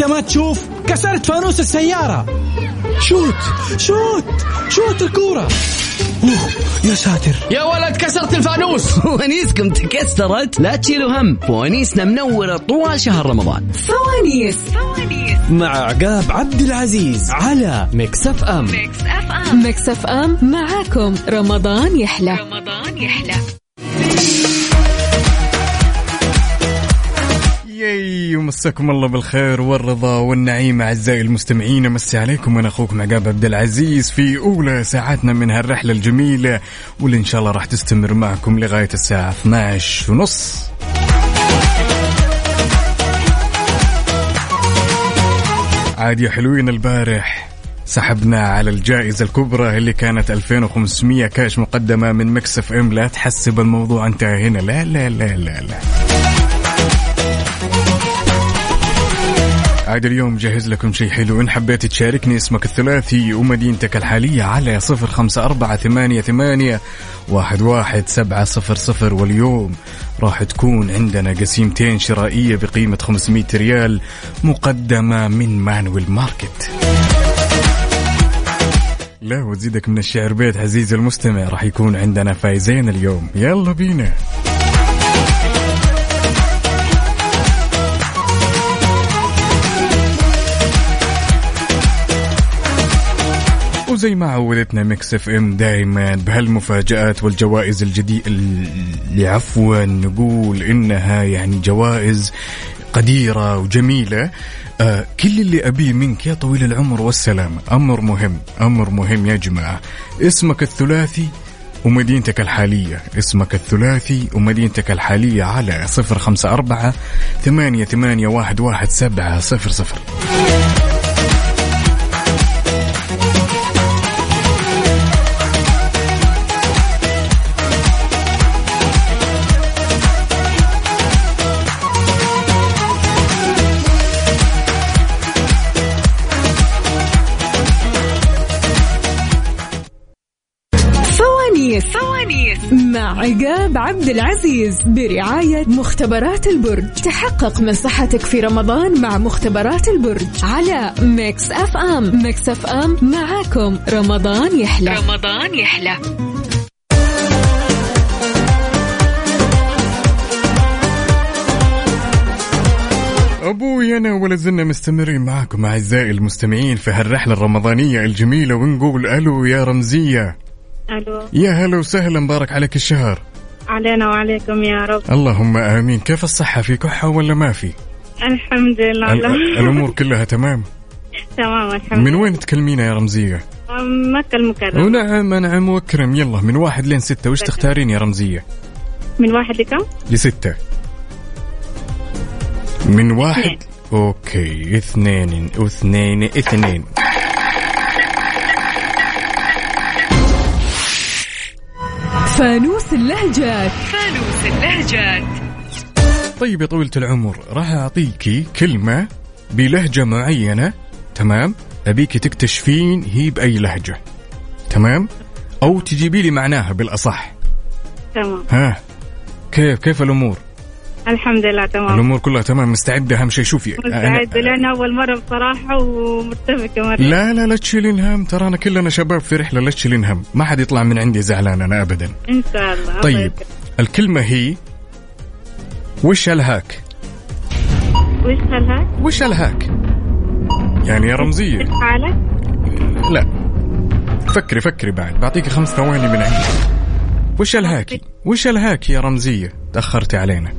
انت ما تشوف؟ كسرت فانوس السيارة. شوت الكورة. يا ساتر يا ولد، كسرت الفانوس. فوانيسكم تكسرت؟ لا تشيلوا هم، فوانيسنا منورة طوال شهر رمضان. فوانيس مع عقاب عبد العزيز على ميكس اف ام. ميكس اف ام معاكم رمضان يحلى. ومساكم الله بالخير والرضا والنعيم أعزائي المستمعين. مسي عليكم، أنا أخوكم عقاب عبد العزيز في أولى ساعاتنا من هالرحلة الجميلة، واللي إن شاء الله راح تستمر معكم لغاية الساعة 12:30. عاد يا حلوين، البارح سحبنا على الجائزة الكبرى اللي كانت 2500 كاش مقدمة من ميكس اف ام. لا تحسب الموضوع انتهى هنا، لا لا لا لا لا. عاد اليوم جهز لكم شيء حلو. إن حبيت تشاركني اسمك الثلاثي ومدينتك الحالية على 0548811700. واليوم راح تكون عندنا قسيمتين شرائية بقيمة 500 ريال مقدمة من مانويل ماركت. لا وزيدك من الشعر بيت عزيز المستمع، راح يكون عندنا فايزين اليوم. يلا بينا. وزي ما عودتنا ميكس اف ام دائما بهالمفاجآت والجوائز الجديدة اللي عفوا نقول انها يعني جوائز قديرة وجميلة. كل اللي أبيه منك يا طويل العمر والسلامة أمر مهم يا جماعة. اسمك الثلاثي ومدينتك الحالية، اسمك الثلاثي ومدينتك الحالية على 0548811700. فوانيس مع عقاب عبد العزيز برعاية مختبرات البرج. تحقق من صحتك في رمضان مع مختبرات البرج على ميكس اف ام. ميكس اف ام معاكم رمضان يحلى. أبوي أنا ولا زلنا مستمرين معكم أعزائي المستمعين في هالرحلة الرمضانية الجميلة، ونقول ألو يا رمزية. ألو. يا هلا وسهلا، مبارك عليك الشهر. علينا وعليكم يا رب. اللهم آمين. كيف الصحة؟ في كحة ولا ما في؟ الحمد لله. الأمور كلها تمام؟ تمام الحمد لله. من وين تكلمينا يا رمزية؟ مكة المكرمة. ونعم وكرم. يلا من 1 لين 6 وش تختارين يا رمزية؟ من 1 لكم؟ ل6. من 1. أوكي 2. فانوس اللهجات. طيب يا طويلة العمر، راح أعطيكي كلمة بلهجة معينة، تمام؟ أبيكي تكتشفين هي بأي لهجة، تمام؟ أو تجيبي لي معناها بالأصح. تمام. ها كيف الأمور؟ الحمد لله تمام. الأمور كلها تمام. مستعدة؟ أهم شيء شوفي مستعدة لأن أول مرة بصراحة ومرتبكة مرة. لا تشيلين هم، ترانا كلنا شباب في رحلة، لا تشيلين هم، ما حد يطلع من عندي زعلان أنا أبدا إن شاء الله. طيب الكلمة هي وش الهاك. يعني يا رمزية حالك؟ لا فكري بعد، بعطيك 5 ثواني من عندي. وش الهاكي يا رمزية؟ تأخرتي علينا.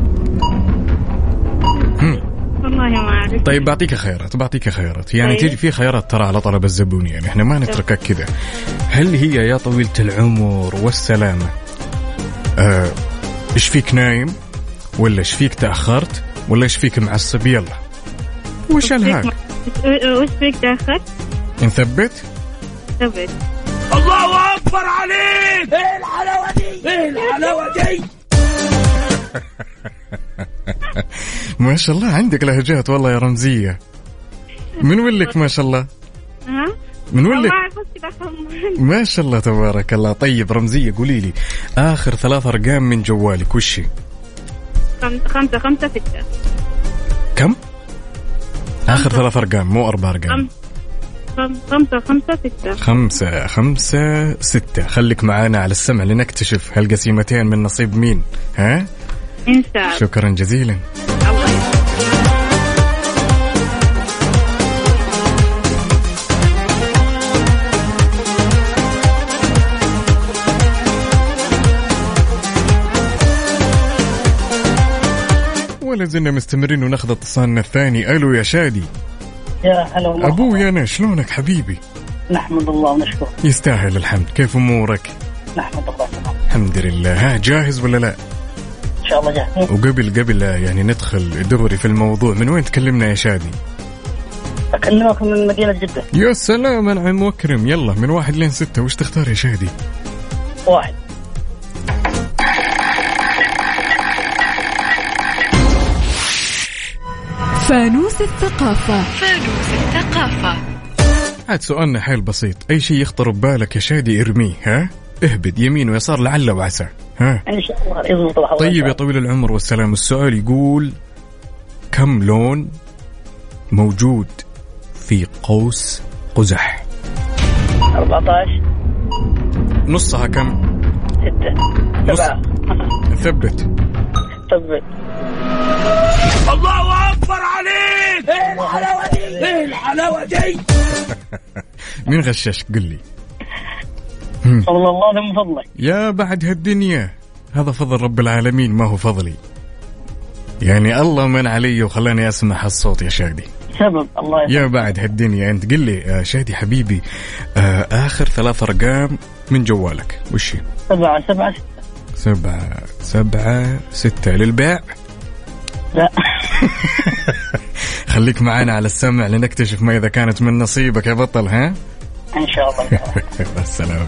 والله ما أعرف. طيب بعطيك خيارات يعني طيب. تيجي في خيارات ترى على طلب الزبون، يعني احنا ما نتركك كذا. هل هي يا طويلة العمر والسلامة ايش فيك نايم، ولا ايش فيك تأخرت، ولا ايش فيك معصب؟ يلا وش الهاك؟ وش فيك تأخرت؟ نثبت. الله أكبر عليك. ايه الحلاوة دي ما شاء الله عندك لهجات والله يا رمزية. من ولك ما شاء الله؟ من ولك؟ ما شاء الله تبارك الله. طيب رمزية قولي لي آخر 3 أرقام من جوالك وشي؟ 556. كم؟ آخر 3 أرقام مو 4 أرقام. 556. خليك معانا على السمع لنكتشف هالقسيمتين من نصيب مين. ها إن شاء الله. شكرا جزيلا. ولا زلنا مستمرين وناخذ اتصالنا الثاني. ألو يا شادي. يا هلا والله. أبوي أنا، شلونك حبيبي؟ نحمد الله ونشكر. يستاهل الحمد. كيف أمورك؟ نحمد الله تمام الحمد لله. ها جاهز ولا لا؟ إن شاء الله جاهزين. وقبل يعني ندخل دغري في الموضوع، من وين تكلمنا يا شادي؟ أكلمك من مدينة جدة. يا سلام أنعم وأكرم. يلا من 1 لين 6 وش تختار يا شادي؟ 1. فانوس الثقافة. عاد سؤالنا حيل بسيط، أي شيء يخطر ببالك يا شادي ارميه. ها اهبد يمين ويسار لعل وعسى. ها إن شاء الله يضبط. طيب يا طويل العمر والسلام، السؤال يقول كم لون موجود في قوس قزح؟ 14. نصها كم؟ 6. 7. ثبت. الله أكبر عليك. إيه الحلاوة دي. مين غشش قل لي؟ والله الله من فضلك. يا بعد هالدنيا هذا فضل رب العالمين ما هو فضلي، يعني الله من علي وخلاني أسمع الصوت يا شادي. سبب الله يا بعد هالدنيا. أنت قل لي يا شادي حبيبي، آخر 3 أرقام من جوالك وش هي؟ 776 للبيع؟ لا. خليك معانا على السمع لنكتشف ما إذا كانت من نصيبك يا بطل. ها إن شاء الله. السلام.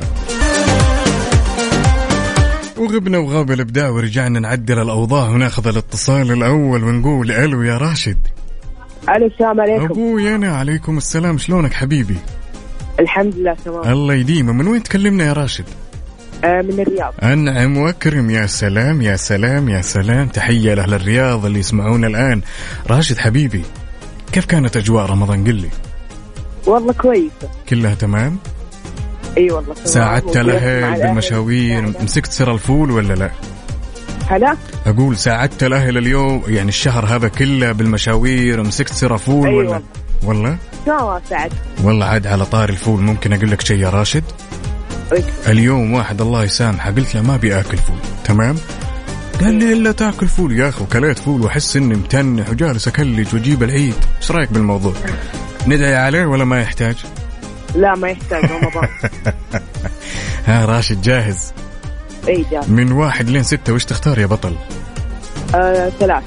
وغبنا وغاب الإبداع ورجعنا نعدل الأوضاع وناخذ الاتصال الأول ونقول ألو يا راشد. ألو السلام عليكم. أبوي أنا. عليكم السلام. شلونك حبيبي؟ الحمد لله تمام. الله يديمه. من وين تكلمنا يا راشد؟ من الرياض. أنعم وأكرم. يا سلام يا سلام يا سلام. تحية لأهل الرياض اللي يسمعون الآن. راشد حبيبي كيف كانت أجواء رمضان قل لي؟ والله كويسة كلها تمام؟ أي والله تمام. ساعدت الأهل بالمشاوير؟ مسكت سر الفول ولا لا؟ هلا أقول ساعدت الأهل اليوم يعني الشهر هذا كله بالمشاوير ومسكت سر فول أي ولا؟ والله ساعد. والله عاد على طار الفول ممكن أقول لك شيء يا راشد. اليوم واحد الله يسامحه قلت له ما بيأكل فول تمام، قال لي إلا تأكل فول يا أخي، وكليت فول وحس إني متنح وجالس أكلج وأجيب العيد. إيش رأيك بالموضوع؟ ندعي عليه ولا ما يحتاج؟ لا ما يحتاج رمضان. ها راشد جاهز؟ اي جاهز. من 1 لين 6 وش تختار يا بطل؟ 3.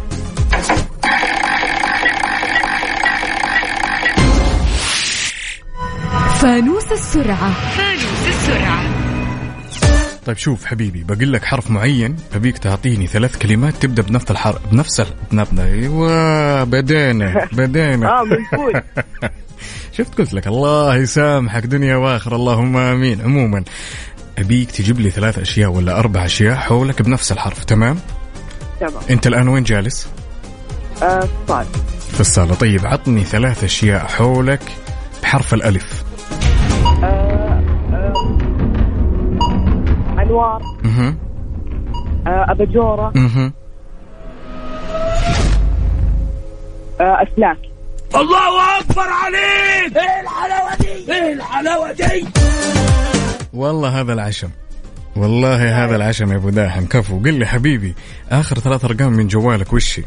فانوس السرعة. طيب شوف حبيبي بقول لك حرف معين أبيك تعطيني 3 كلمات تبدأ بنفس الحرف بنفس أيوة بدينا من فول. شفت قلت لك الله يسامحك دنيا واخر اللهم آمين. عموما أبيك تجيب لي 3 أشياء ولا 4 أشياء حولك بنفس الحرف. تمام. أنت الآن وين جالس؟ في الصالة. طيب عطني 3 أشياء حولك بحرف الألف. أنوار. أباجورة. أفلاك. الله أكبر عليك. إيه الحلاوة دي. والله هذا العشم، والله هذا العشم يا أبو داحم. كفو. قل لي حبيبي آخر 3 أرقام من جوالك وشي؟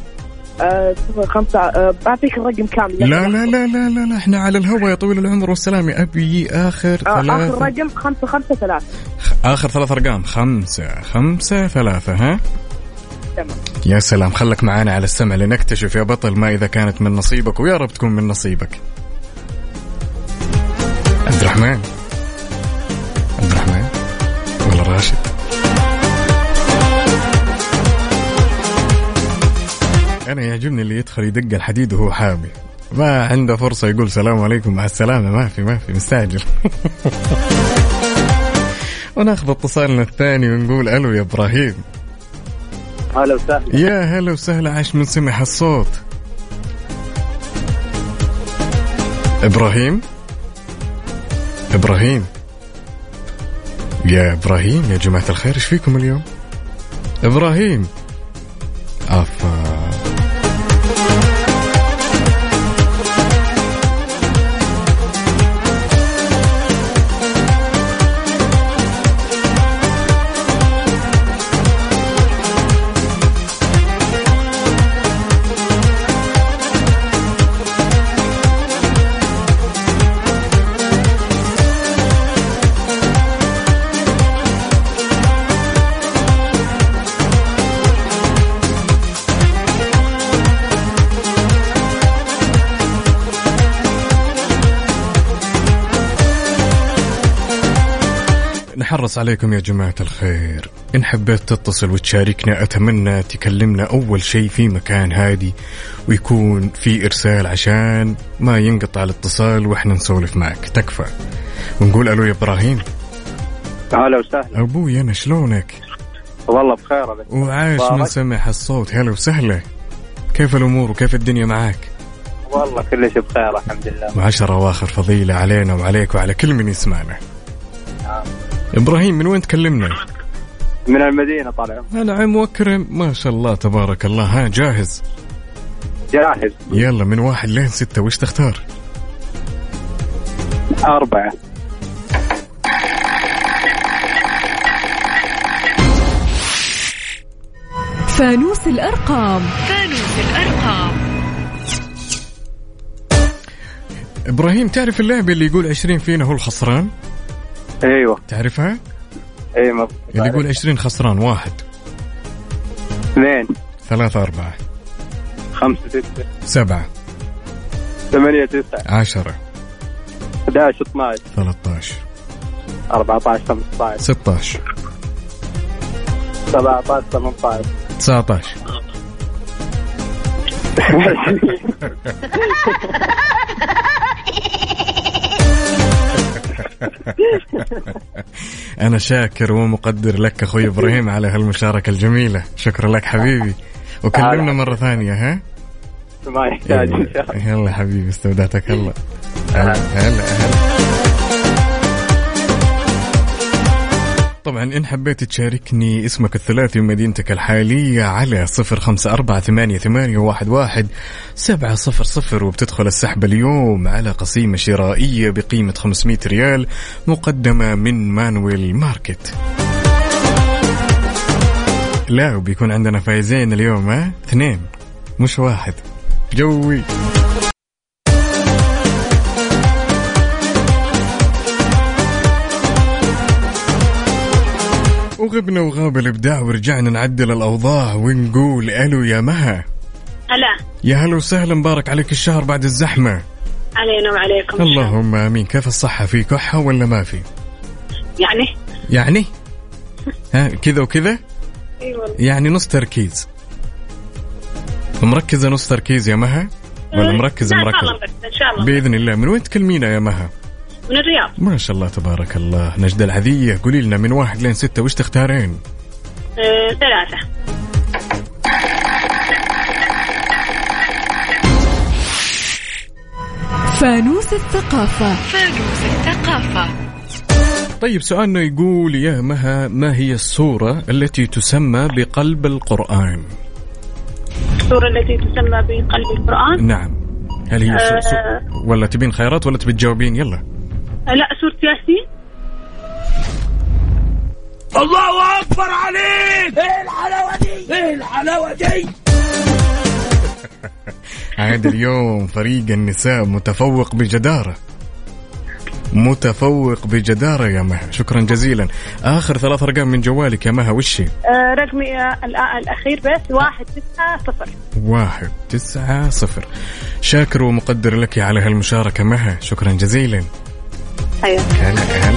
5. بعطيك الرقم كامل. لا لا لا لا لا لا احنا على الهواء يا طويل العمر والسلام. أبي آخر 3. آخر رقم 553. آخر 3 أرقام 553. ها تمام. يا سلام. خلك معانا على السمع لنكتشف يا بطل ما إذا كانت من نصيبك، ويا رب تكون من نصيبك. عبد الرحمن ولا راشد؟ أنا يعجبني اللي يدخل يدق الحديد وهو حامي، ما عنده فرصة يقول السلام عليكم مع السلامة. ما في مستعجل. وناخذ اتصالنا الثاني ونقول ألو يا إبراهيم. هلا وسهلا. يا هلا وسهلا. عاش من سمع الصوت. إبراهيم يا إبراهيم يا جماعة الخير، إيش فيكم اليوم؟ إبراهيم نحرص عليكم يا جماعة الخير. إن حبيت تتصل وتشاركنا أتمنى تكلمنا أول شيء في مكان هادي ويكون في إرسال عشان ما ينقطع الاتصال وإحنا نسولف معك، تكفى ونقول ألو يا إبراهيم. هلا وسهلا أبوي أنا، شلونك؟ والله بخير وعاش من سمع الصوت. هلا وسهلا، كيف الأمور وكيف الدنيا معك؟ والله كل شيء بخير الحمد لله، وعشرة واخر فضيلة علينا وعليك وعلى كل من يسمعنا. إبراهيم من وين تكلمنا؟ من المدينة طالع. نعم وكرم، ما شاء الله تبارك الله. ها جاهز؟ جاهز. يلا من 1 لين 6 وش تختار؟ 4. فانوس الأرقام. إبراهيم تعرف اللعبة اللي يقول 20 فينا هو الخسران؟ ايوه تعرفها؟ ايوه اللي يقول 20 خسران. 1 2 3 4 5 6 7 8 9 10 11 12 13 14 15 16 17 18 19 أنا شاكر ومقدر لك أخوي إبراهيم على هالمشاركة الجميلة، شكرا لك حبيبي، وكلمنا مرة ثانية. ها ما يحتاج إن شاء الله. يلا حبيبي استودعتك الله. هلا. طبعا إن حبيت تشاركني اسمك الثلاثي ومدينتك الحالية على 0548811700 وبتدخل السحب اليوم على قسيمة شرائية بقيمة 500 ريال مقدمة من مانويل ماركت. لا وبيكون عندنا فايزين اليوم، 2 مش 1. جوي وغبنا وغاب الإبداع ورجعنا نعدل الأوضاع ونقول ألو يا مها. هلا يا هلا وسهلا، مبارك عليك الشهر بعد الزحمة. علينا وعليكم. اللهم آمين. كيف الصحة؟ في كحة ولا ما في؟ يعني ها كذا وكذا. أيوة. يعني نص تركيز. مركزة نص تركيز يا مها ولا مركزة؟ إن شاء الله بإذن الله. من وين تكلمينا يا مها؟ من الرياض. ما شاء الله تبارك الله. نجدة العذية، قولي لنا من 1 لين 6 وش تختارين؟ 3. فانوس الثقافة. طيب سؤالنا يقول يا مها، ما هي السورة التي تسمى بقلب القرآن؟ السورة التي تسمى بقلب القرآن؟ نعم. هل هي ولا تبين خيارات ولا تبي تجاوبين؟ يلا. لا سورة ياسين. الله أكبر عليك. ايه الحلاوة دي عاد اليوم فريق النساء متفوق بجدارة يا مها. شكرا جزيلا. آخر 3 أرقام من جوالك يا مها وشي؟ رقمي الأخير بس 190. 190. شاكر ومقدر لك على هالمشاركة مها، شكرا جزيلا. أيوة. هلا.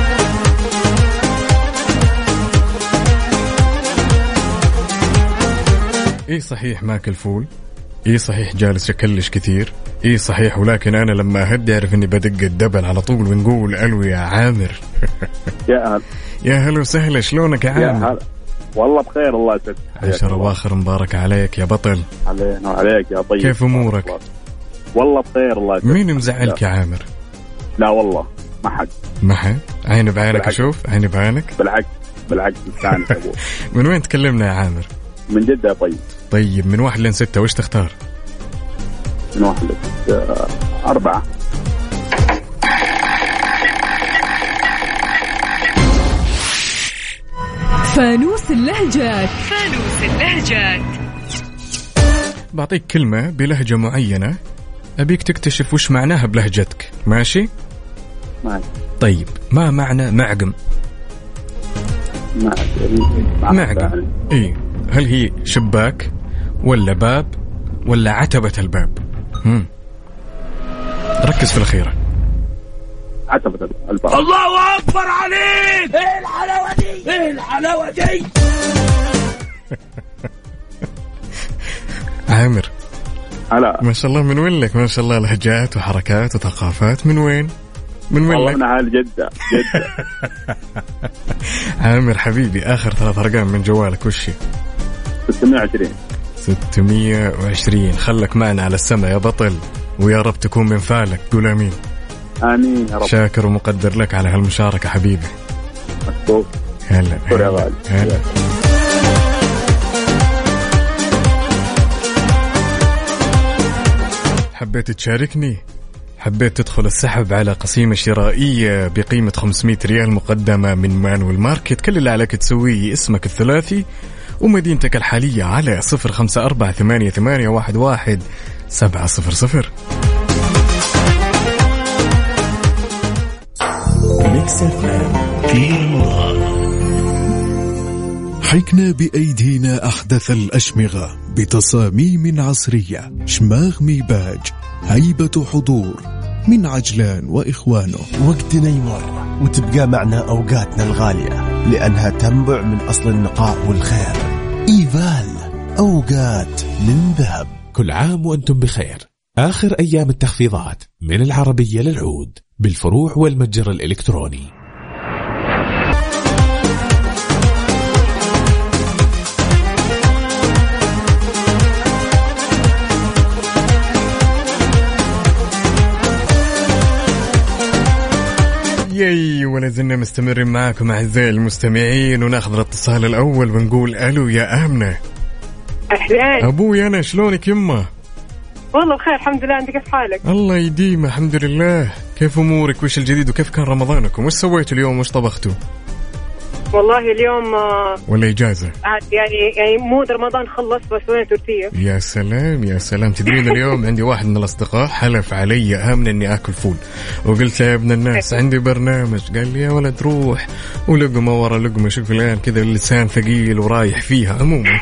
إيه صحيح ماكل فول، إيه صحيح جالس أكلش كثير، إيه صحيح، ولكن أنا لما أهدي أعرف إني بدق الدبل على طول ونقول ألو يا عامر. يا هلا وسهلا، شلونك يا عامر؟ يا هلا والله بخير الله يسعدك. 10 واخر، مبارك عليك يا بطل. علينا وعليك يا طيب. كيف أمورك؟ والله بخير الله. مين مزعلك يا عامر؟ لا والله ما حد. عيني بعينك أشوف، عيني بعينك. بالعكس مستانس أبوي. من وين تكلمنا يا عامر؟ من جدة. طيب من 1 ل 6 وش تختار؟ من 1 ل 4. فانوس اللهجات. بعطيك كلمة بلهجة معينة، أبيك تكتشف وش معناها بلهجتك. ماشي؟ طيب ما معنى معقم؟ معقم إيه، هل هي شباك ولا باب ولا عتبة الباب؟ ركز في الأخيرة. عتبة الباب. الله أكبر عليك. إيه الحلاوة دي، إيه الحلاوة دي. عامر هلا، ما شاء الله، من وين لك؟ ما شاء الله لهجات وحركات وثقافات. من وين والله لك؟ من أهل جدة. عامر حبيبي، آخر 3 أرقام من جوالك وشي؟ 620. 620. خلك معنا على السماء يا بطل، ويا رب تكون من فعلك. قول آمين. آمين يا رب. شاكر ومقدر لك على هالمشاركة حبيبي. مشكور. هلا. حبيت تشاركني؟ حبيت تدخل السحب على قسيمة شرائية بقيمة 500 ريال مقدمة من مانويل ماركت؟ كل اللي عليك تسويه اسمك الثلاثي ومدينتك الحالية على 0548811700. حكنا بأيدينا أحدث الأشمغة بتصاميم عصرية، شماغ ميباج، هيبة حضور من عجلان وإخوانه. وقتنا يمر وتبقى معنا أوقاتنا الغالية، لأنها تنبع من أصل النقاء والخير. إيفال، أوقات من ذهب. كل عام وأنتم بخير. آخر أيام التخفيضات من العربية للعود بالفروع والمتجر الإلكتروني. ياي، ولا زلنا مستمرين معكم أعزائي المستمعين، وناخذ الاتصال الأول ونقول ألو يا آمنة. أهلين أبوي أنا، شلونك يمه؟ والله بخير الحمد لله، أنت كيف حالك؟ الله يديم الحمد لله. كيف أمورك؟ وش الجديد وكيف كان رمضانكم؟ وش سويتوا اليوم؟ وش طبختوا؟ والله اليوم ولا إجازة؟ يعني مود رمضان خلص بس وين تورتية. يا سلام يا سلام. تدرين اليوم عندي واحد من الأصدقاء حلف علي آمنة إني آكل فول، وقلت له يا ابن الناس عندي برنامج. قال لي يا ولد روح، ولقمة ورا لقمة. شوف الآن كذا اللسان ثقيل ورايح فيها. عموما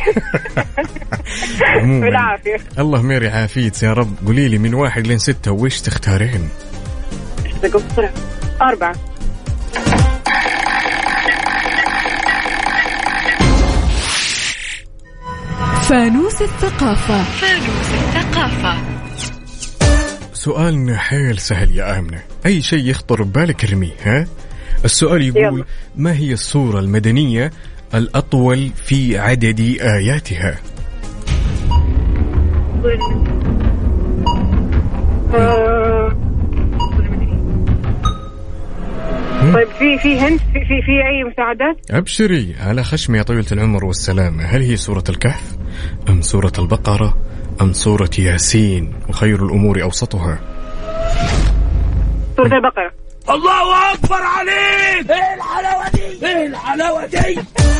بالعافية. الله ميري عافيت يا رب. قولي لي من 1 ل 6 وش تختارين؟ 4. فانوس الثقافة. سؤالنا حيل سهل يا آمنة، أي شيء يخطر ببالك ارميه. ها، السؤال يقول ما هي السورة المدنية الأطول في عدد آياتها؟ طيب في هند في أي مساعدات؟ أبشري على خشمي يا طويلة العمر والسلامة. هل هي سورة الكهف أم سورة البقرة أم سورة ياسين؟ وخير الأمور أوسطها. سورة البقرة. الله أكبر عليك. إيه الحلاوة دي، إيه الحلاوة دي.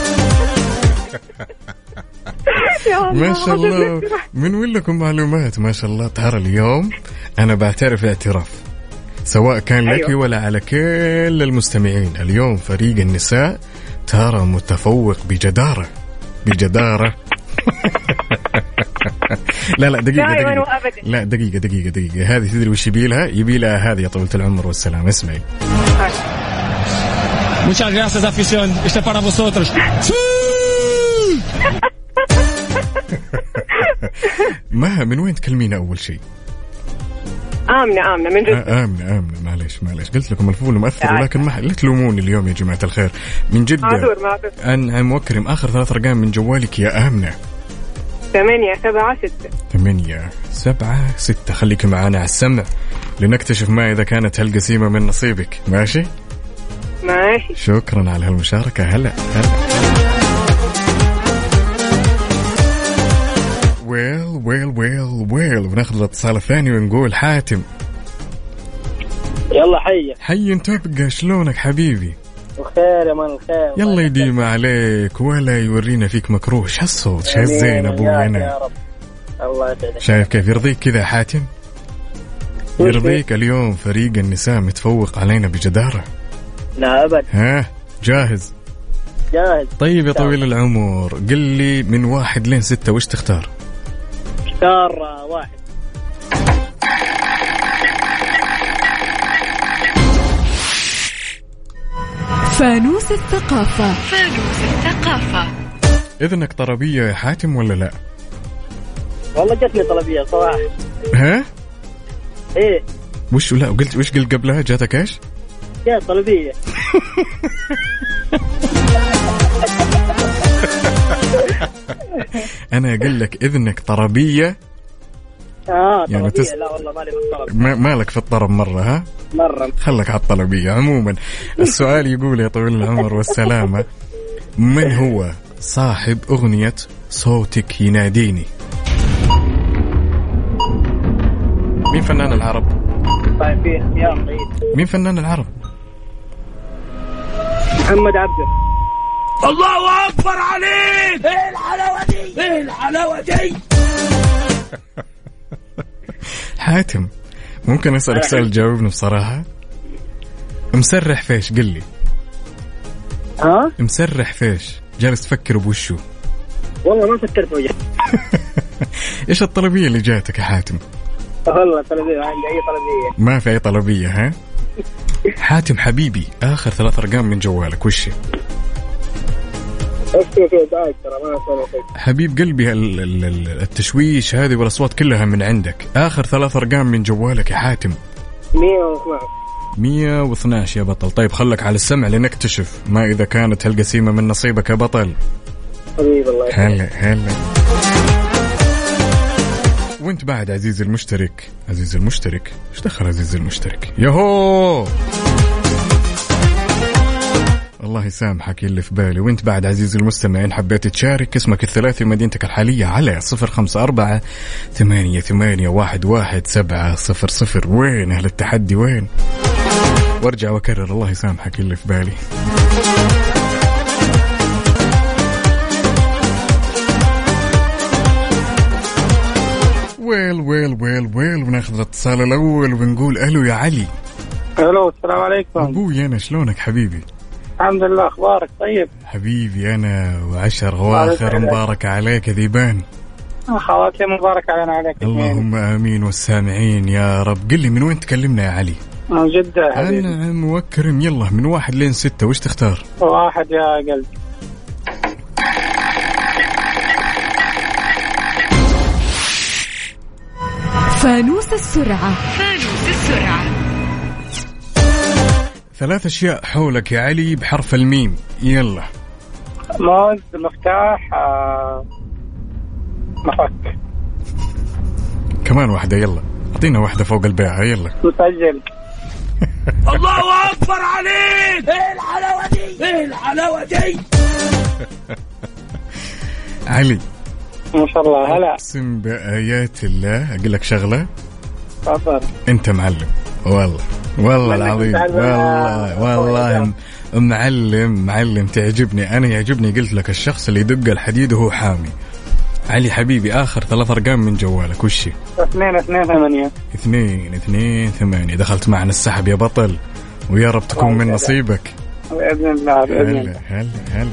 ما شاء الله، من وين لكم معلومات ما شاء الله. ترى اليوم أنا بعترف اعتراف، سواء كان لك ولا على كل المستمعين. اليوم فريق النساء ترى متفوق بجدارة. لا دقيقة. هذه تدري وش يبيلها هذه يا طويلة العمر والسلام. اسمعي. Muchas gracias afición. Este para vosotros. ما من وين تكلمينا أول شيء؟ آمنة من جدة. آمنة معليش قلت لكم الفول مؤثر، ولكن ما لا تلوموني اليوم يا جماعة الخير. من جدة. معذور. أنعم وكرم. آخر 3 أرقام من جوالك يا آمنة؟ 8-7-6. 8-7-6. خليك معانا على السمع لنكتشف ما إذا كانت هالقسيمة من نصيبك. ماشي؟ ماشي. شكرا على هالمشاركة. هلا ويل وناخذ الاتصال الثاني ونقول حاتم. يلا حي انت تبقى، شلونك حبيبي؟ وخير يا مان الخير. يلا يديم عليك ولا يورينا فيك مكروه. شو هالصوت؟ شو هالزين ابوي انا؟ يا رب الله يسعدك. شايف كيف يرضيك كذا حاتم؟ يرضيك اليوم فريق النساء متفوق علينا بجدارة. لا أبد. ها جاهز؟ جاهز. طيب يا طويل العمر قل لي من 1 لين 6 وش تختار؟ اختار 1. فانوس الثقافة. إذنك طربية يا حاتم ولا لا؟ والله جتني طلبية صراحة. ها؟ إيه. وش لا قلت وش قلت قبلها؟ جاتك إيش؟ يا طلبية. أنا أقول لك إذنك طربية. يعني لا والله مالي بالطرب. مالك في الطرب مرة. ها؟ مرة. خلك على الطلبية. عموما السؤال يقول يا طويل العمر والسلامة، من هو صاحب أغنية صوتك يناديني؟ مين فنان العرب؟ طيب يا طيب. مين فنان العرب؟ محمد عبده. الله أكبر عليك. ايه الحلاوة دي؟ ايه الحلاوة دي؟ حاتم ممكن أسألك سؤال جاوبني بصراحة؟ مسرح فيش؟ قل لي. ها؟ مسرح فيش؟ جالس تفكر بوشو؟ والله ما فكرت وجه. إيش الطلبية اللي جاتك يا حاتم؟ والله طلبية عندي أي طلبية. ما في أي طلبية. ها؟ حاتم حبيبي آخر 3 أرقام من جوالك وش؟ حبيب قلبي التشويش هذه والأصوات كلها من عندك. آخر 3 أرقام من جوالك يا حاتم. 112 يا بطل. طيب خلك على السمع لنكتشف ما إذا كانت هالقسيمة من نصيبك يا بطل. حبيب الله. هلا وانت بعد عزيزي المشترك. ايش دخل عزيزي المشترك؟ يهو الله يسامحك اللي في بالي. وانت بعد عزيزي المستمعين حبيت تشارك اسمك الثلاثي مدينتك الحالية على 0548811700. وين أهل التحدي وين؟ وارجع وكرر الله يسامحك اللي في بالي. ويل وناخذ الاتصال الأول ونقول ألو يا علي. ألو السلام عليكم. أبوي أنا شلونك حبيبي؟ الحمد لله. أخبارك طيب؟ حبيبي أنا وعشر غواخر مبارك عليك ذيبان. خواتي مبارك علينا عليك. اللهم آمين والسامعين يا رب. قل لي من وين تكلمنا يا علي؟ من جدة حبيبي. أنا موكرم. يلا من 1 لين 6 وش تختار؟ 1 يا قلبي. فانوس السرعة. 3 أشياء حولك يا علي بحرف الميم. يلا. موز، مفتاح، مفك. كمان واحدة. يلا أعطينا واحدة فوق البيعة. يلا. مسجل. الله أكبر عليك. ايه الحلاوة دي؟ ايه الحلاوة دي؟ علي ما شاء الله. هلا اقسم بآيات الله اقول لك شغله. تفضل. انت معلم والله العظيم. والله معلم تعجبني. انا يعجبني قلت لك الشخص اللي يدق الحديد وهو حامي. علي حبيبي آخر 3 أرقام من جوالك وشي؟ 228. 228. دخلت معنا السحب يا بطل ويا رب تكون من نصيبك بإذن الله. بإذن الله. هلا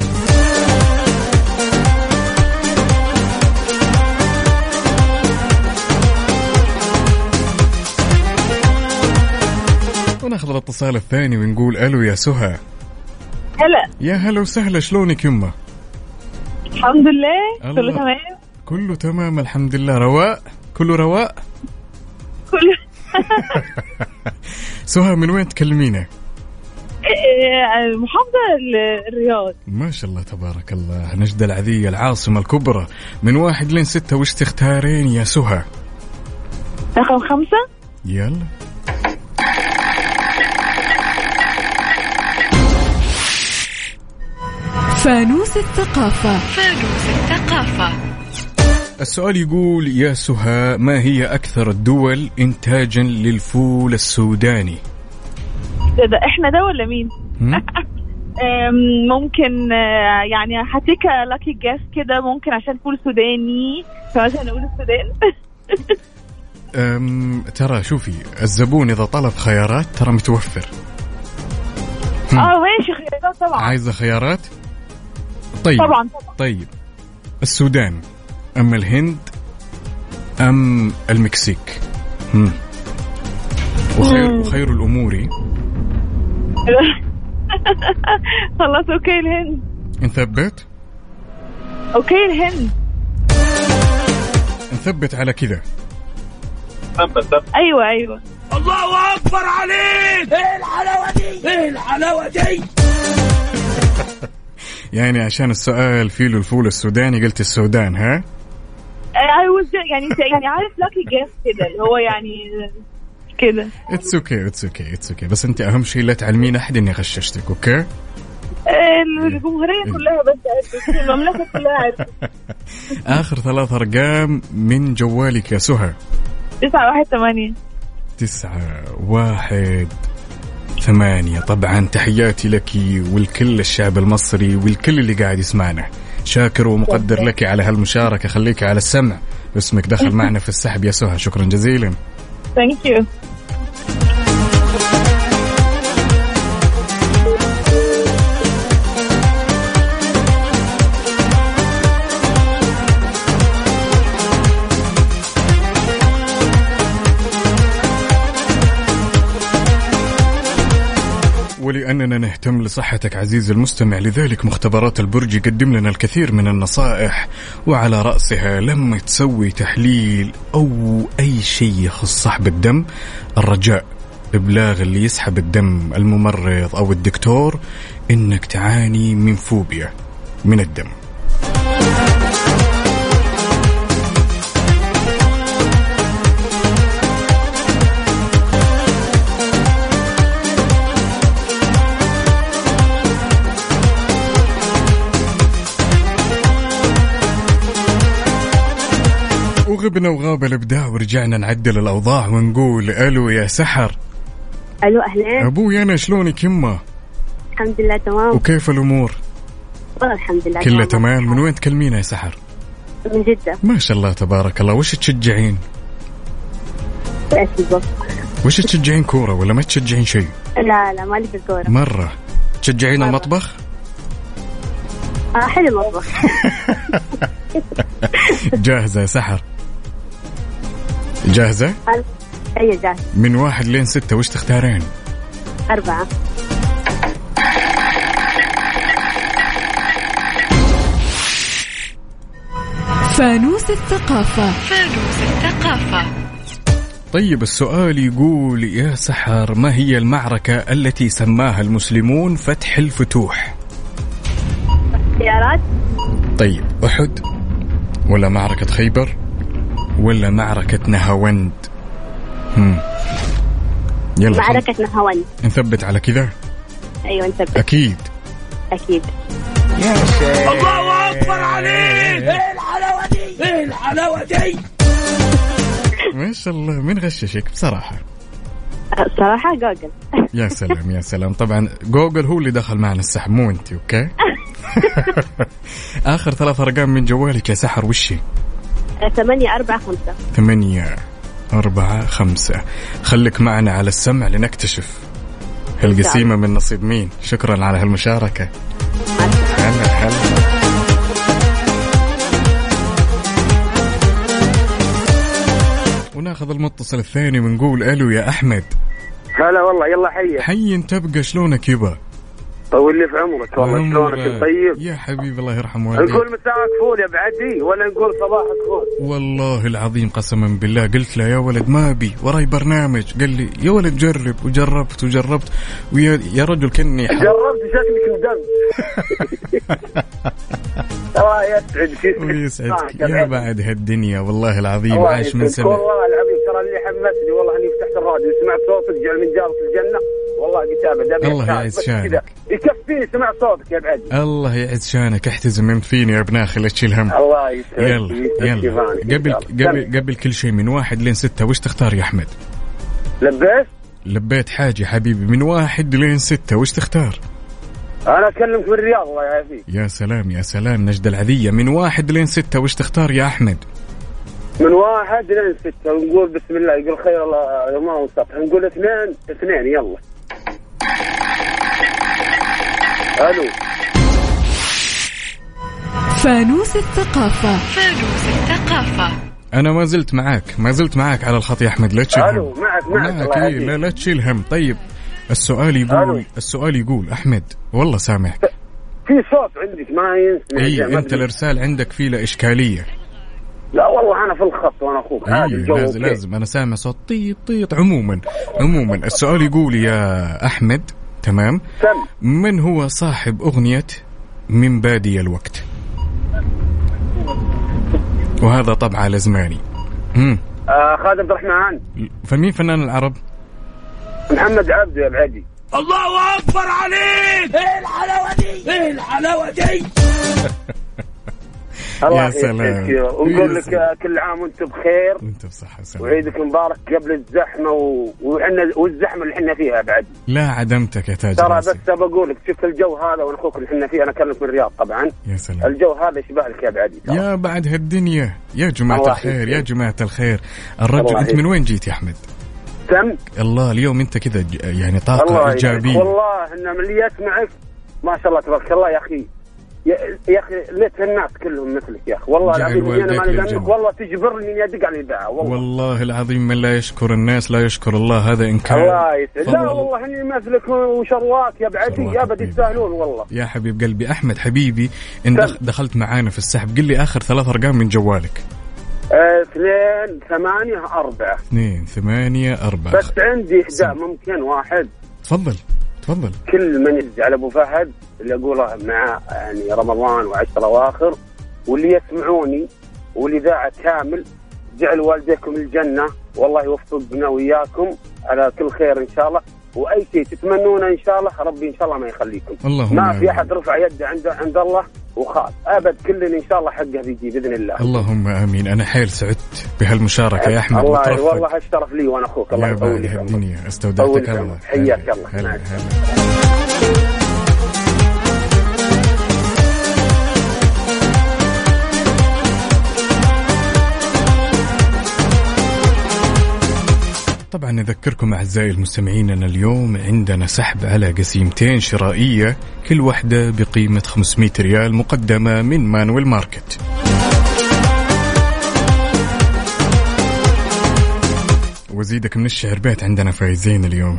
وناخذ الاتصال الثاني ونقول ألو يا سهى. هلا. يا هلا وسهلا. شلونك يمه؟ الحمد لله كله تمام. كله تمام الحمد لله. رواء كله رواء. كله. سهى من وين تكلمينا؟ محافظة الرياض. ما شاء الله تبارك الله. نجدة العذية العاصمة الكبرى. من 1 لين 6 وش تختارين يا سهى؟ رقم 5. يلا. فانوس الثقافة. السؤال يقول يا سهى، ما هي أكثر الدول إنتاجا للفول السوداني؟ ده إحنا ده ولا مين؟ ممكن يعني هتيك لاكي جاس كده، ممكن عشان فول سوداني فمثلا نقول السودان. ترى شوفي، الزبون إذا طلب خيارات ترى متوفر. ماشي خيارات طبعا. عايزة خيارات؟ طيب طبعا. طيب السودان أم الهند أم المكسيك؟ وخير الأمور خلاص اوكي الهند. نثبت؟ اوكي الهند. نثبت على كذا. ايوه. الله اكبر عليك. ايه الحلاوه دي. يعني عشان السؤال فيه له الفول السوداني قلت السودان ها؟ يعني عارف لاكي جاس كده اللي هو يعني كده. اتس اوكي بس انت اهم شيء لا تعلمين احد اني غششتك. اوكي الجمهورية كلها بس المملكة كلها عارفة. اخر 3 ارقام من جوالك يا سهى. 918. 918. طبعا تحياتي لك والكل الشعب المصري والكل اللي قاعد يسمعنا. شاكر ومقدر لك على هالمشاركة. خليك على السمع، اسمك دخل معنا في السحب يا سهى. شكرا جزيلا. Thank you. ولأننا نهتم لصحتك عزيزي المستمع، لذلك مختبرات البرج يقدم لنا الكثير من النصائح، وعلى رأسها لما تسوي تحليل أو أي شيء يخص سحب الدم، الرجاء إبلاغ اللي يسحب الدم، الممرض أو الدكتور، إنك تعاني من فوبيا من الدم. وغبنا وغاب الإبداع ورجعنا نعدل الأوضاع ونقول ألو يا سحر. ألو أهلين. أبوي أنا شلونك يمه؟ الحمد لله تمام. وكيف الأمور؟ والله الحمد لله كله تمام. من وين تكلمينا يا سحر؟ من جدة. ما شاء الله تبارك الله. وش تشجعين؟ إيش بالضبط؟ وش تشجعين، كورة ولا ما تشجعين شيء؟ لا مالي في الكورة مرة. تشجعين المطبخ؟ حلو المطبخ. جاهزة يا سحر؟ جاهزة؟ أي جاهزة. من 1 لين 6 وش تختارين؟ 4. فانوس الثقافة. طيب السؤال يقول يا سحر، ما هي المعركة التي سماها المسلمون فتح الفتوح؟ اختيارات. طيب أحد ولا معركة خيبر ولا معركة نهاوند؟ يلا معركة نهاوند. نثبت على كذا. أيوة نثبت. أكيد يا شيخ. الله أكبر عليك. ايه الحلاوة دي. ما شاء الله. من غششك بصراحة؟ صراحة جوجل. يا سلام. طبعا جوجل هو اللي دخل معنا السحب مو انت. اوكي. آخر 3 أرقام من جوالك يا سحر وشي؟ 845. 845. خليك معنا على السمع لنكتشف هالقسيمة من نصيب مين. شكرا على هالمشاركة. هلا وناخذ المتصل الثاني ونقول ألو يا أحمد. هلا والله. يلا حي تبقى. شلونك يبا؟ طول لي في عمرك والله. شلونك طيب يا حبيبي الله يرحم والديك. نقول مساءك فول يا بعدي ولا نقول صباحك فول؟ والله العظيم قسما بالله قلت له يا ولد ما أبي وراي برنامج. قال لي يا ولد جرب وجربت ويا رجل كني جربت شكلك مدم. الله يسعدك ويسعدك يا بعد هالدنيا والله العظيم. عايش من سنة والله العظيم. ترى اللي حمسني والله اني فتحت الراديو وسمعت صوتك جعل من جارك الجنة. والله قتابة الله يعز شانك. يكفيني سمع صوتك يا بعد. الله يعز شانك. احتزم من فيني يا ابن اخي لا تشيل هم. الله يسعدك. يلا قبل كل شيء من 1 لين 6 وش تختار يا احمد؟ لبيت حاجة حبيبي. من 1 لين 6 وش تختار؟ أنا أكلمك من الرياض الله يعافيك. يا سلام نجد العذية. من 1 لين 6 وش تختار يا أحمد؟ من 1 لين 6 ونقول بسم الله يقول خير الله ما وصف. نقول 2 يلا. ألو. فانوس الثقافة. أنا ما زلت معك على الخط يا أحمد. لا تشيل هم. معك. لا تشيل هم. طيب السؤال يقول أحمد والله سامعك. في صوت عندك ما ينسمع. أنت الإرسال عندك فيه له إشكالية. لا والله أنا في الخط وأنا أخوك. لازم أنا سامع صوت طيط. عموما السؤال يقول يا أحمد تمام. من هو صاحب أغنية من بادي الوقت؟ وهذا طبعا لزماني. خالد عبد الرحمن. فمين فنان العرب؟ محمد عبده يا بعدي. الله أكبر عليك. ايه الحلاوة دي يا سلام. ونقول لك كل عام وانت بخير وانت بصحة وسلامة. وعيدك مبارك قبل الزحمة والزحمة اللي احنا فيها بعد. لا عدمتك يا تاج. ترى بس بقول لك شوف الجو هذا ونخوك اللي احنا فيه. انا اكلمك من الرياض طبعا. يا سلام. الجو هذا يشبه لك يا بعدي. يا بعد هالدنيا يا جماعة الخير. الرجل انت من وين جيت يا احمد؟ الله اليوم انت كذا يعني طاقة إيجابية. والله إن من اللي يسمعك ما شاء الله تبارك الله يا أخي. يا أخي ليت الناس كلهم مثلك يا أخي. والله العظيم أنا ما لدمك والله تجبرني إني أدق على الباعة. والله العظيم من لا يشكر الناس لا يشكر الله. هذا إنكار. الله يسعدك. لا والله إني مثلك وشرواك يا بعدي يا بدي يستاهلون والله. يا حبيب قلبي أحمد حبيبي إن دخلت معانا في السحب قل لي آخر 3 أرقام من جوالك. 284. 284. بس عندي إحدى ممكن واحد. تفضل. كل من يرجع على أبو فهد اللي أقوله مع يعني رمضان و10 أواخر واللي يسمعوني واللي ذاع كامل جعل والديكم الجنة والله يوفقنا وياكم على كل خير إن شاء الله. وأي شيء تتمنونه إن شاء الله ربي إن شاء الله ما يخليكم. ما في أحد رفع يده عند الله وخاف أبد. كل إن شاء الله حقه بيجي بإذن الله. اللهم آمين. أنا حيل سعدت بهالمشاركة يا أحمد. الله والله الشرف لي وأنا أخوك. الله يطول لك الدنيا. استودعتك الله. حياك الله. طبعا نذكركم أعزائي المستمعين أن اليوم عندنا سحب على قسيمتين شرائية كل واحدة بقيمة 500 ريال مقدمة من مانويل ماركت. وزيدك من الشعر بيت عندنا فايزين اليوم.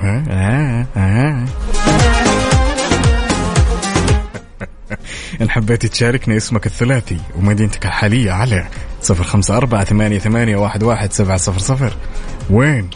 إن حبيت تشاركنا اسمك الثلاثي ومدينتك الحالية على 0548811700. وين؟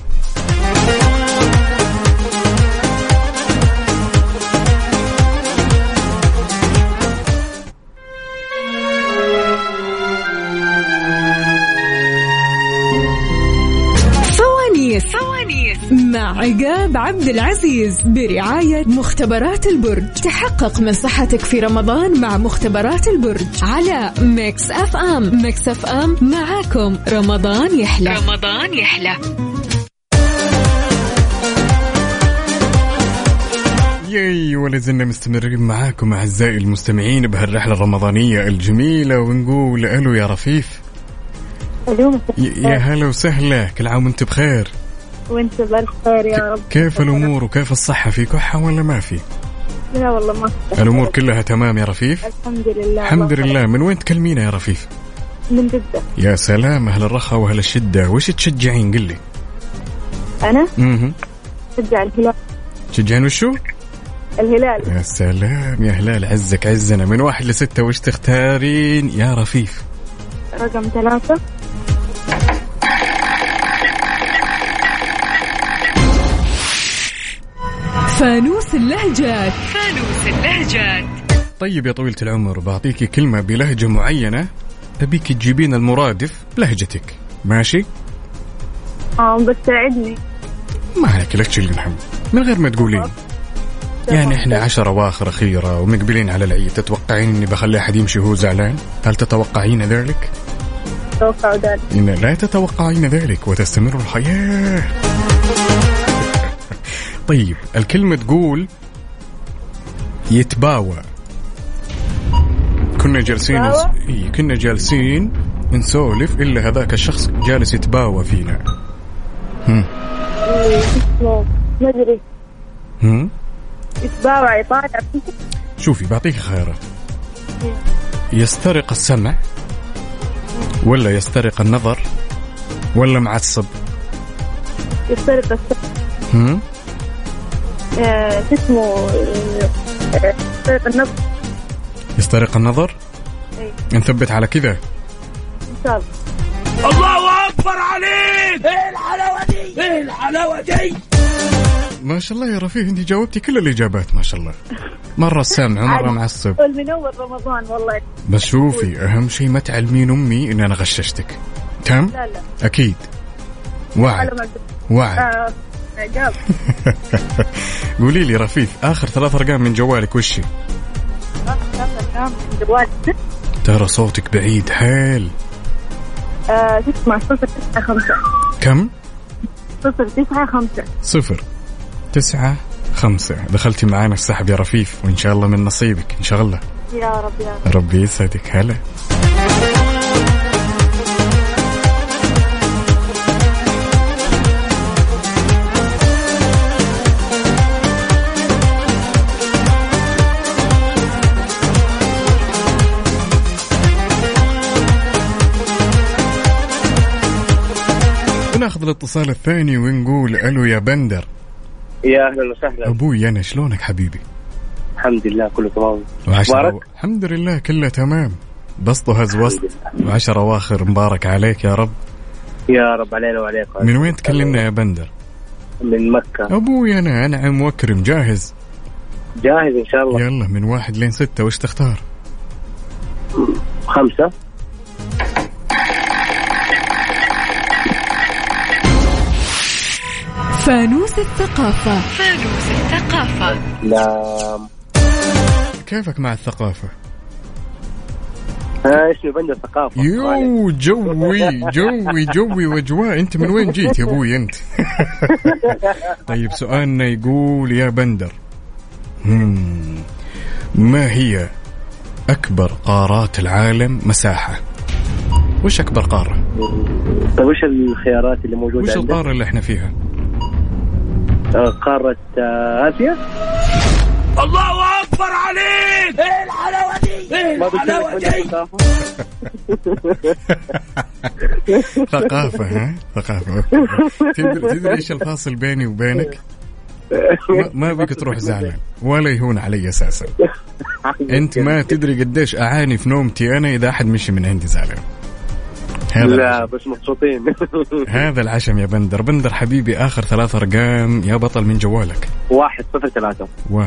مع عقاب عبد العزيز برعاية مختبرات البرج. تحقق من صحتك في رمضان مع مختبرات البرج على ميكس اف ام. ميكس اف ام معاكم رمضان يحلى. ياي ولازلنا مستمرين معاكم أعزائي المستمعين بهالرحلة الرمضانية الجميلة. ونقول ألو يا رفيف. يا هلا وسهلا. كل عام وانت بخير. وانت بألف خير يا رب. كيف الأمور وكيف الصحة؟ في كحة ولا ما في؟ لا والله ما في. الأمور كلها تمام يا رفيف؟ الحمد لله. من وين تكلمينا يا رفيف؟ من جدة. يا سلام. أهل الرخاء وأهل الشدة. وش تشجعين قل لي؟ أنا؟ شجع الهلال. تشجعين وشو؟ الهلال. يا سلام يا هلال، عزك عزنا. من 1 ل6 وش تختارين يا رفيف؟ رقم 3. فانوس اللهجات. طيب يا طويلة العمر، بعطيكي كلمة بلهجة معينة، أبيك تجيبين المرادف بلهجتك، ماشي؟ بس ساعدني. ما عليك، لا تشيلين هم من غير ما تقولين. يعني احنا 10 أواخر أخيرة ومقبلين على العيد، تتوقعين اني بخلي أحد يمشي وهو زعلان؟ هل تتوقعين ذلك؟ أتوقع ذلك. إن لا تتوقعين ذلك وتستمر الحياة. طيب الكلمة تقول يتباوى. كنا جالسين نسولف إلا هذاك الشخص جالس يتباوى فينا. ما أدري. يتباوى يطالع. شوفي بعطيك خيارات. يسترق السمع، ولا يسترق النظر، ولا معصب؟ يسترق السمع. اسمه يسترق النظر. يسترق النظر؟ نثبت على كذا إن شاء الله. الله أكبر عليك. إيه الحلاوة دي، إيه الحلاوة دي. ما شاء الله يا رفيق، انت جاوبتي كل الإجابات ما شاء الله. مرة السمع ومرة معصب. المنور رمضان والله. بس شوفي أهم شيء ما تعلمين أمي إن أنا غششتك. تم؟ لا أكيد. وعد. قولي لي رفيف، آخر 3 أرقام من جوالك وشي؟ آخر 3 أرقام من جوالك. ترى صوتك بعيد حيل. تسمع 095. كم؟ 095. 095. دخلتي معانا السحب يا رفيف، وإن شاء الله من نصيبك إن شاء الله. يا رب يا رب. ربي يسعدك. هلا. ناخذ الاتصال الثاني ونقول ألو يا بندر. يا أهلا وسهلا. أبوي أنا، شلونك حبيبي؟ الحمد لله كله تمام. الحمد لله كله تمام. بسطه هزوست و10 أواخر مبارك عليك يا رب. يا رب علينا وعليك. من وين تكلمنا يا بندر؟ من مكة. أبوي أنا أنعم وأكرم. جاهز؟ جاهز إن شاء الله. يلا من 1 لين 6 وش تختار؟ 5. فانوس الثقافة. لا. كيفك مع الثقافة؟ اسمي بندر ثقافة. يو جوي وجواء. انت من وين جيت يا ابوي انت؟ طيب سؤالنا يقول يا بندر، ما هي أكبر قارات العالم مساحة؟ وش أكبر قارة؟ طيب وش الخيارات اللي موجودة؟ وش القارة اللي احنا فيها؟ قارة آسيا. الله أكبر عليك. إيه الحلاوة دي، إيه الحلاوة دي. ثقافة. ها ثقافة. تدري إيش الفاصل بيني وبينك؟ ما بيك تروح زعلان ولا يهون علي أساسا. أنت ما تدري قديش أعاني في نومتي أنا إذا أحد مشي من عندي زعلان. لا بس مبسوطين. هذا العشم يا بندر. بندر حبيبي، آخر 3 أرقام يا بطل من جوالك. 103.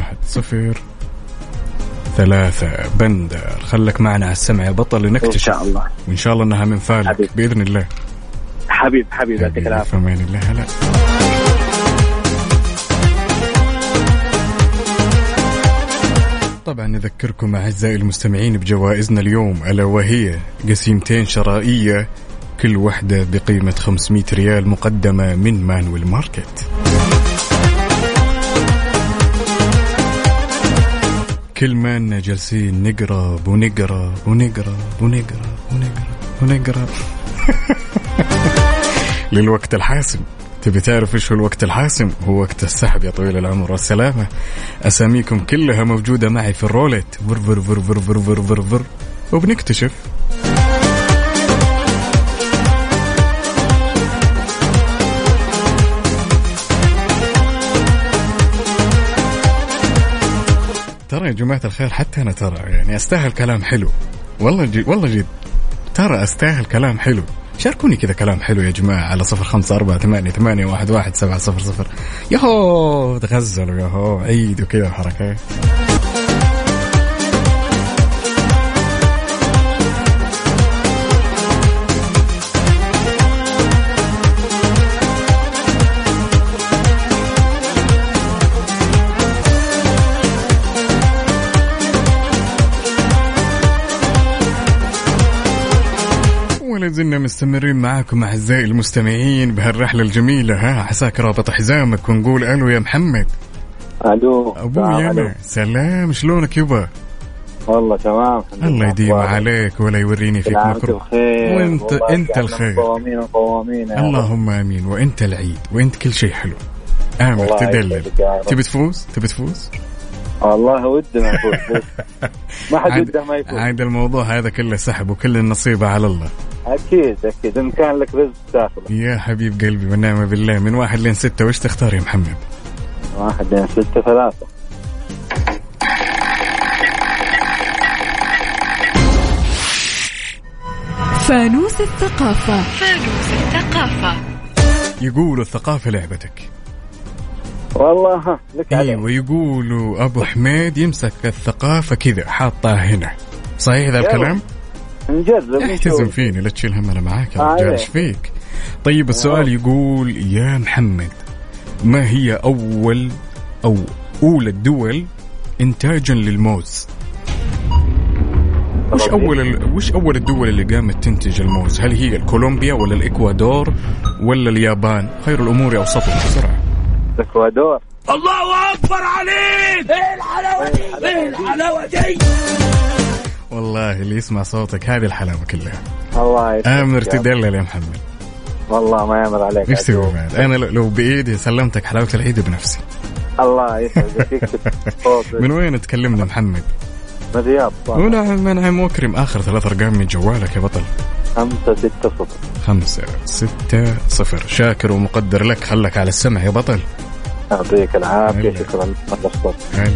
103. بندر خلك معنا على السمع يا بطل لنكتشف إن شاء الله، وإن شاء الله أنها من فالك حبيب. بإذن الله. حبيب يعطيك العافية. فمان الله. هلا. طبعا نذكركم أعزائي المستمعين بجوائزنا اليوم، ألا وهي قسيمتين شرائية كل واحدة بقيمة 500 ريال مقدمة من مانويل ماركت. كل ما أننا جالسين نقرب ونقرب للوقت الحاسم. تبي تعرف إيش هو الوقت الحاسم؟ هو وقت السحب يا طويل العمر والسلامة. أساميكم كلها موجودة معي في الرولت. فر وبنكتشف. يا جماعة الخير حتى أنا ترى يعني أستاهل كلام حلو، والله جد ترى أستاهل كلام حلو. شاركوني كذا كلام حلو يا جماعة على 0548811700. يهو تغزلوا يهو عيدوا كذا حركات. لازلنا مستمرين معاكم أعزائي المستمعين بهالرحلة الجميلة. عساك رابط حزامك ونقول ألو يا محمد. ألو أبوي أنا. سلام، شلونك يبا؟ والله تمام. الله يديم عليك ولا يوريني فيك مكروه. وانت الخير. قوامين اللهم آمين. وانت العيد وانت كل شيء حلو. آمر تدلل. تبي تفوز؟ والله ودنا نفوز. ما حد وده ما يفوز. عاد الموضوع هذا كله سحب وكل النصيب على الله. أكيد إن كان لك رزق تاخذه. يا حبيب قلبي ونعم بالله. من 1 لين 6 وش تختار يا محمد؟ 1 لين 6 3. فانوس الثقافة. يقولوا الثقافة لعبتك. والله لك عليه. ويقولوا أبو حميد يمسك الثقافة كذا حاطها هنا. صحيح ذا الكلام؟ نجرب. احتزم فيني لا تشيل هم، أنا معاك يا رجال. ايش فيك؟ طيب السؤال يقول يا محمد، ما هي أولى الدول إنتاجا للموز؟ وش أول الدول اللي قامت تنتج الموز؟ هل هي كولومبيا ولا الإكوادور ولا اليابان؟ خير الأمور أوسطها. بسرعة. الإكوادور. الله أكبر عليك. إيه الحلاوة دي. والله اللي يسمع صوتك هذه الحلاوة كلها. الله يسلمك. آمر تدلل يا محمد. والله ما يأمر عليك. ايش تسوي بعد؟ أنا لو بإيدي سلمتك حلاوة العيد بنفسي. الله يسعدك. من وين تكلمنا محمد؟ من الرياض. ونعم وكرم. آخر 3 أرقام من جوالك يا بطل. 560. 560. شاكر ومقدر لك. خلك على السمع يا بطل. يعطيك العافية. شكرا. هلا.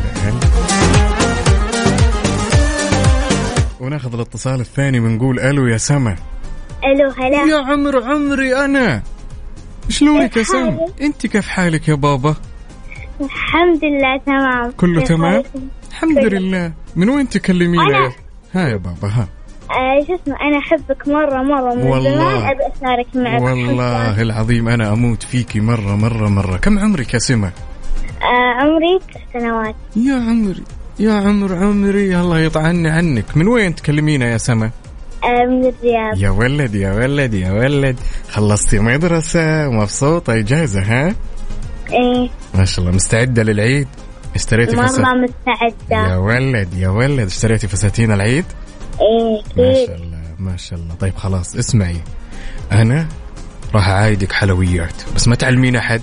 وناخذ الاتصال الثاني ونقول ألو يا سما. ألو هلا. يا عمري أنا. شلونك يا سما؟ أنت كيف حالك يا بابا؟ الحمد لله تمام. كله تمام؟ الحمد لله. من وين تكلمينا؟ ها يا بابا ها. شو اسمه، أنا أحبك مرة من زمان. أبي أشارك معك. والله العظيم أنا أموت فيكي مرة. كم عمرك يا سما؟ عمري 9 سنوات. يا عمري الله يطعني عنك. من وين تكلمينا يا سما؟ من الرياض. يا ولد خلصتي مدرسة ومبسوطة إجازة ها؟ إيه ما شاء الله. مستعدة للعيد؟ اشتريتي مرة مستعدة. يا ولد اشتريتي فساتين العيد؟ إيه ما شاء الله. طيب خلاص اسمعي، أنا راح أعايدك حلويات بس ما تعلمين أحد.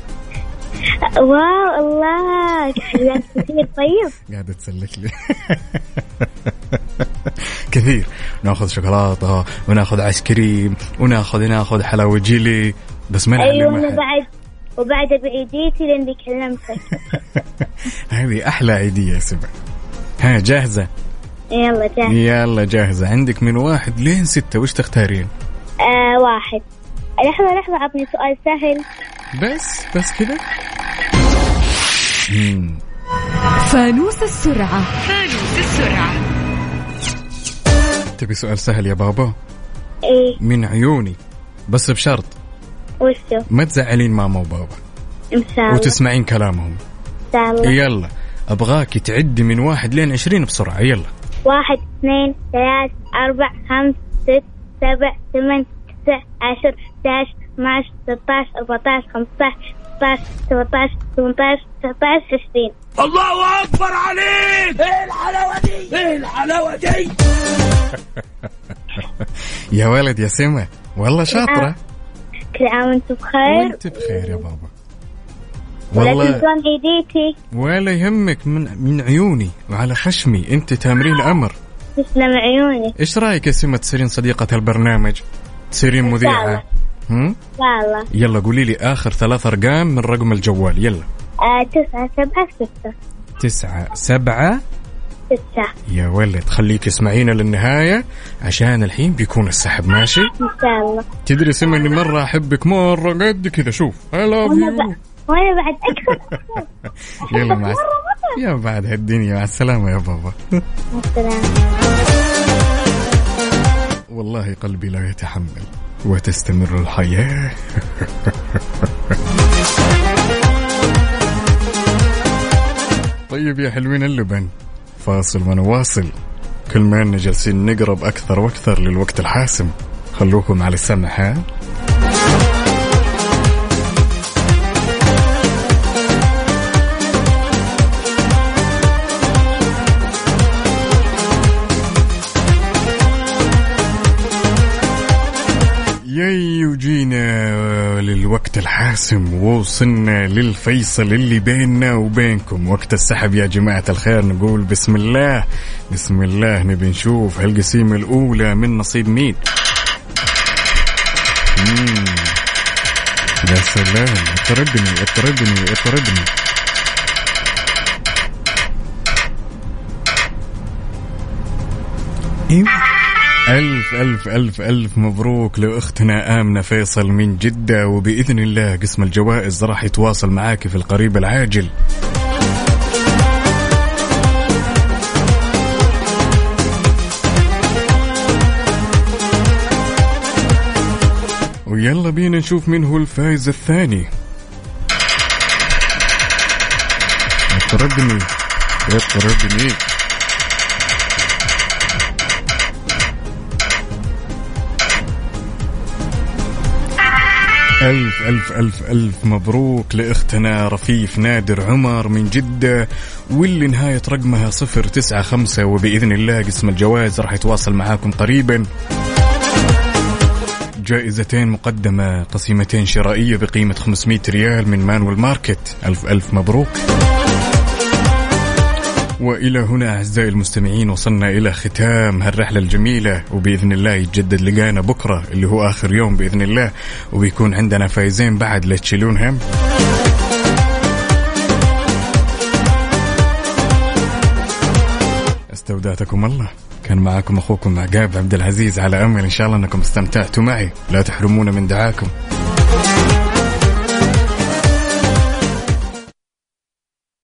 واو الله حلويات كثير. طيب قاعدة تسلك لي. كثير. ناخذ شوكولاتة وناخذ آيس كريم وناخذ حلاوة جيلي بس ما نعلم أحد. وبعد بعيديتي لأني كلمتك. هذه أحلى عيدية يا سبع. ها جاهزة؟ يلا جاهزة. عندك من 1 لين 6 وش تختارين؟ 1. لحظة عطني سؤال سهل. بس كذا. فانوس السرعة. تبي سؤال سهل يا بابا؟ إيه من عيوني بس بشرط وشو؟ ما تزعلين ماما وبابا إن شاء الله وتسمعين كلامهم إن شاء الله. يلا أبغاك تعدي من 1 لين 20 بسرعة. يلا 1 2 3 4 5 6 7 8 9 10 11 12 13 14 15 16 17 18 19 20. الله أكبر عليك. إيه الحلاوة دي. يا ولد يا سما والله شاطرة. كل عام وانت بخير. وانت بخير يا بابا. والله شلون عيديتي؟ ولا يهمك. من عيوني وعلى خشمي. انت تامرين امر. تسلم عيوني. ايش رايك يا سما تصيرين صديقة البرنامج؟ تصيرين مذيعة؟ إن شاء الله. يلا قولي لي آخر 3 أرقام من رقم الجوال. يلا 9 7 6. 9 7 6. يا ولد خليك اسمعينا للنهاية عشان الحين بيكون السحب. ماشي إن شاء الله. تدري سما إني مرة أحبك مرة قد كذا. شوف I love you. وأنا بعد أكثر. يلا مع يا بعد هالدنيا. مع السلامة يا بابا. مع السلامة. والله قلبي لا يتحمل وتستمر الحياة. طيب يا حلوين اللبن فاصل ونواصل. كل ما إننا جالسين نقرب أكثر وأكثر للوقت الحاسم. خلوكم على السمع. ها ياي وجينا للوقت الحاسم ووصلنا للفيصل اللي بيننا وبينكم. وقت السحب يا جماعة الخير. نقول بسم الله بسم الله. نبي نشوف هالقسيمة الأولى من نصيب مين. يا سلام اطردني. ألف مبروك لأختنا آمنة فيصل من جدة. وبإذن الله قسم الجوائز راح يتواصل معاك في القريب العاجل. ويلا بينا نشوف مين هو الفائز الثاني. اطردني. ألف مبروك لأختنا رفيف نادر عمر من جدة واللي نهاية رقمها 095. وبإذن الله قسم الجوائز راح يتواصل معاكم قريبا. جائزتين مقدمة، قسيمتين شرائية بقيمة 500 ريال من مانويل ماركت. ألف مبروك. وإلى هنا أعزائي المستمعين وصلنا إلى ختام هالرحلة الجميلة. وبإذن الله يتجدد لقانا بكرة اللي هو آخر يوم بإذن الله. وبيكون عندنا فايزين بعد لا تشيلون هم. استودعتكم الله. كان معكم أخوكم عقاب عبد العزيز. على أمل إن شاء الله أنكم استمتعتوا معي. لا تحرمونا من دعاكم.